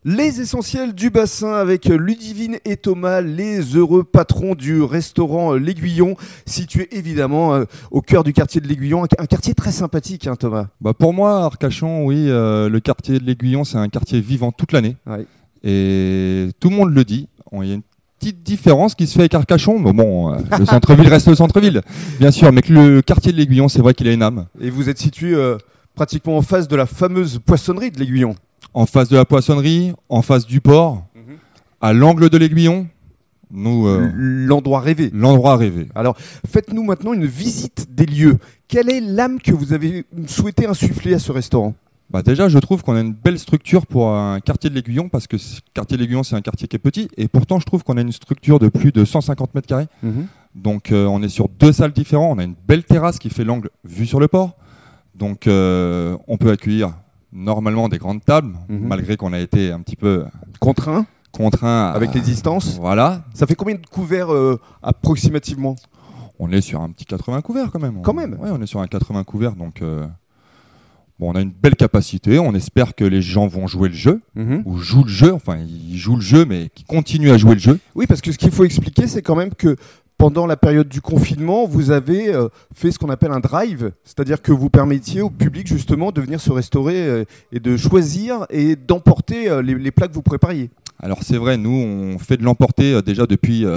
Les essentiels du bassin avec Ludivine et Thomas, les heureux patrons du restaurant L'Aiguillon, situé évidemment au cœur du quartier de L'Aiguillon, un quartier très sympathique, hein, Thomas. Pour moi, Arcachon, oui, le quartier de l'Aiguillon, c'est un quartier vivant toute l'année. Ouais. Et tout le monde le dit. Il y a une petite différence qui se fait avec Arcachon, mais bon, le centre-ville reste le centre-ville, bien sûr. Mais que le quartier de l'Aiguillon, c'est vrai qu'il a une âme. Et vous êtes situé pratiquement en face de la fameuse poissonnerie de l'Aiguillon. En face de la poissonnerie, en face du port, à l'angle de l'Aiguillon. L'endroit rêvé. L'endroit rêvé. Alors, faites-nous maintenant une visite des lieux. Quelle est l'âme que vous avez souhaité insuffler à ce restaurant ? Déjà, je trouve qu'on a une belle structure pour un quartier de l'Aiguillon, parce que le quartier de l'Aiguillon, c'est un quartier qui est petit, et pourtant, je trouve qu'on a une structure de plus de 150 mètres carrés. Donc, on est sur 2 salles différentes. On a une belle terrasse qui fait l'angle vue sur le port. Donc, on peut accueillir normalement des grandes tables, malgré qu'on a été un petit peu contraint avec les distances. Voilà. Ça fait combien de couverts approximativement ? On est sur un petit 80 couverts quand même. Oui, on est sur un 80 couverts, donc on a une belle capacité. On espère que les gens vont jouer le jeu, ou jouent le jeu. Enfin, ils jouent le jeu, mais qu'ils continuent à jouer le jeu. Oui, parce que ce qu'il faut expliquer, c'est quand même que pendant la période du confinement, vous avez fait ce qu'on appelle un drive, c'est-à-dire que vous permettiez au public justement de venir se restaurer et de choisir et d'emporter les plats que vous prépariez. Alors c'est vrai, nous on fait de l'emporter déjà depuis...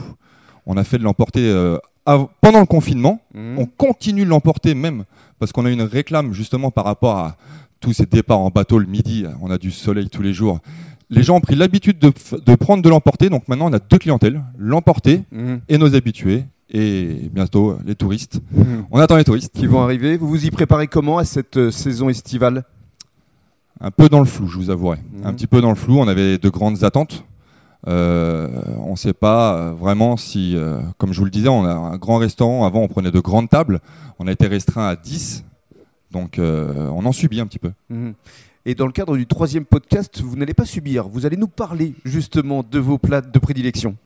on a fait de l'emporter pendant le confinement. On continue de l'emporter même parce qu'on a une réclame justement par rapport à tous ces départs en bateau le midi. On a du soleil tous les jours. Les gens ont pris l'habitude de prendre de l'emporter, donc maintenant on a 2 clientèles, l'emporter et nos habitués, et bientôt les touristes. On attend les touristes. Qui vont arriver. Vous vous y préparez comment à cette saison estivale ? Un peu dans le flou, je vous avouerai. Un petit peu dans le flou, on avait de grandes attentes. On ne sait pas vraiment si, comme je vous le disais, on a un grand restaurant, avant on prenait de grandes tables, on a été restreint à 10, donc on en subit un petit peu. Et dans le cadre du 3e podcast, vous n'allez pas subir, vous allez nous parler justement de vos plats de prédilection.